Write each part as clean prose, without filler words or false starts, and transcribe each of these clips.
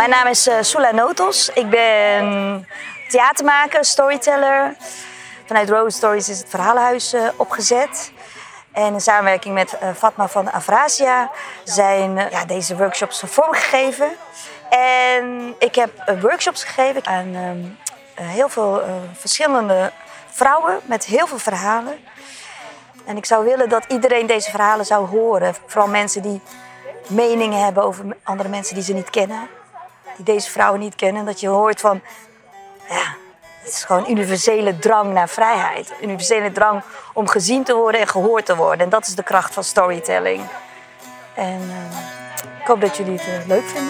Mijn naam is Sula Notos. Ik ben theatermaker, storyteller. Vanuit Rose Stories is het verhalenhuis opgezet. En in samenwerking met Fatma van Afrasia zijn deze workshops vormgegeven. En ik heb workshops gegeven aan heel veel verschillende vrouwen met heel veel verhalen. En ik zou willen dat iedereen deze verhalen zou horen. Vooral mensen die meningen hebben over andere mensen die ze niet kennen. Die deze vrouwen niet kennen. Dat je hoort van, het is gewoon een universele drang naar vrijheid. Een universele drang om gezien te worden en gehoord te worden. En dat is de kracht van storytelling. En ik hoop dat jullie het leuk vinden.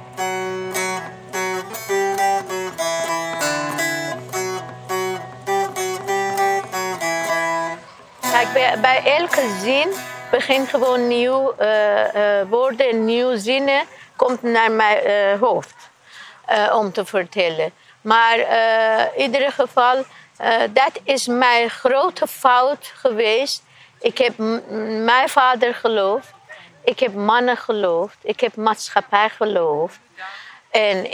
Kijk, bij elke zin begint gewoon nieuw woorden, nieuwe zinnen komt naar mijn hoofd om te vertellen. Maar in ieder geval, dat is mijn grote fout geweest. Ik heb mijn vader geloofd. Ik heb mannen geloofd. Ik heb maatschappij geloofd. En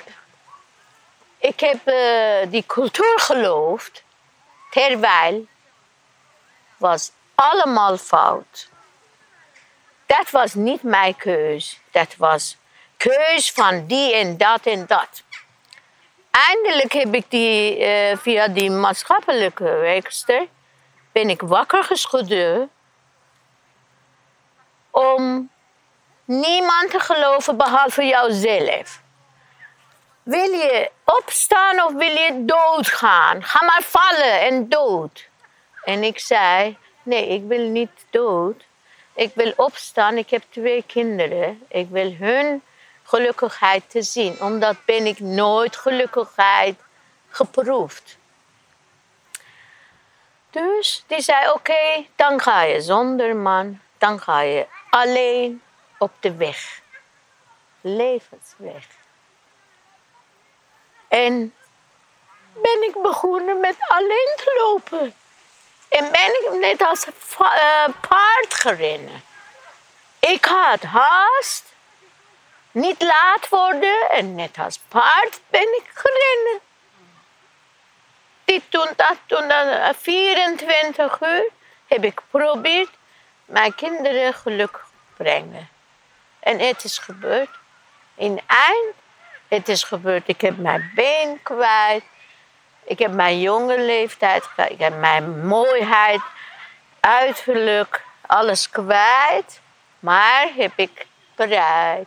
ik heb die cultuur geloofd. Terwijl was allemaal fout. Dat was niet mijn keus. Dat was keus van die en dat en dat. Eindelijk heb ik via die maatschappelijke werkster ben ik wakker geschudden om niemand te geloven behalve jouzelf. Wil je opstaan of wil je doodgaan? Ga maar vallen en dood. En ik zei, nee, ik wil niet dood. Ik wil opstaan, ik heb 2 kinderen. Ik wil hun gelukkigheid te zien. Omdat ben ik nooit gelukkigheid geproefd. Dus die zei, oké, dan ga je zonder man. Dan ga je alleen op de weg. Levensweg. En ben ik begonnen met alleen te lopen. En ben ik net als paard gereden. Ik had haast. Niet laat worden. En net als paard ben ik gereden. Toen 24 uur heb ik geprobeerd mijn kinderen geluk brengen. En het is gebeurd. In eind, het is gebeurd. Ik heb mijn been kwijt. Ik heb mijn jonge leeftijd kwijt. Ik heb mijn mooiheid, uiterlijk, alles kwijt. Maar heb ik bereikt.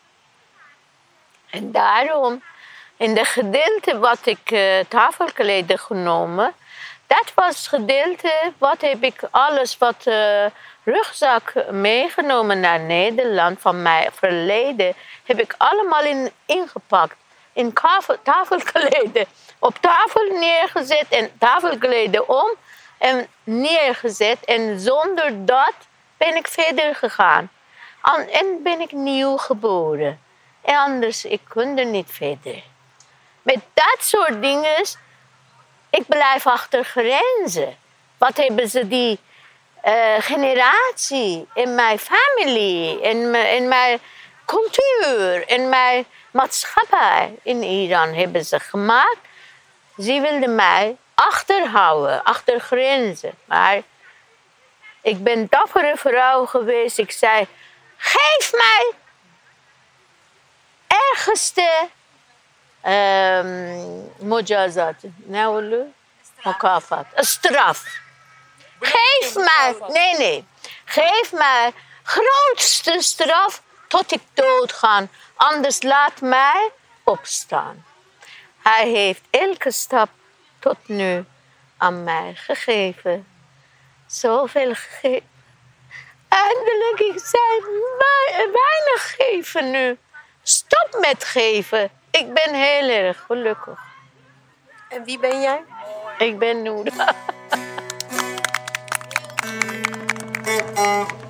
En daarom, in de gedeelte wat ik tafelkleden genomen, dat was het gedeelte wat heb ik alles wat rugzak meegenomen naar Nederland van mijn verleden, heb ik allemaal ingepakt. In tafelkleden. Op tafel neergezet en tafelkleden om en neergezet. En zonder dat ben ik verder gegaan. En ben ik nieuw geboren. En anders, ik kon er niet verder. Met dat soort dingen, ik blijf achter grenzen. Wat hebben ze die generatie in mijn familie, in mijn cultuur, in mijn maatschappij in Iran hebben ze gemaakt. Ze wilden mij achterhouden, achter grenzen. Maar ik ben een dappere vrouw geweest. Ik zei, geef mij ergste mujazat. Mukafat. Een straf. Geef mij, nee. Geef mij grootste straf tot ik doodga. Anders laat mij opstaan. Hij heeft elke stap tot nu aan mij gegeven. Zoveel gegeven. Eindelijk, ik zei, weinig geven nu. Stop met geven. Ik ben heel erg gelukkig. En wie ben jij? Ik ben Noura.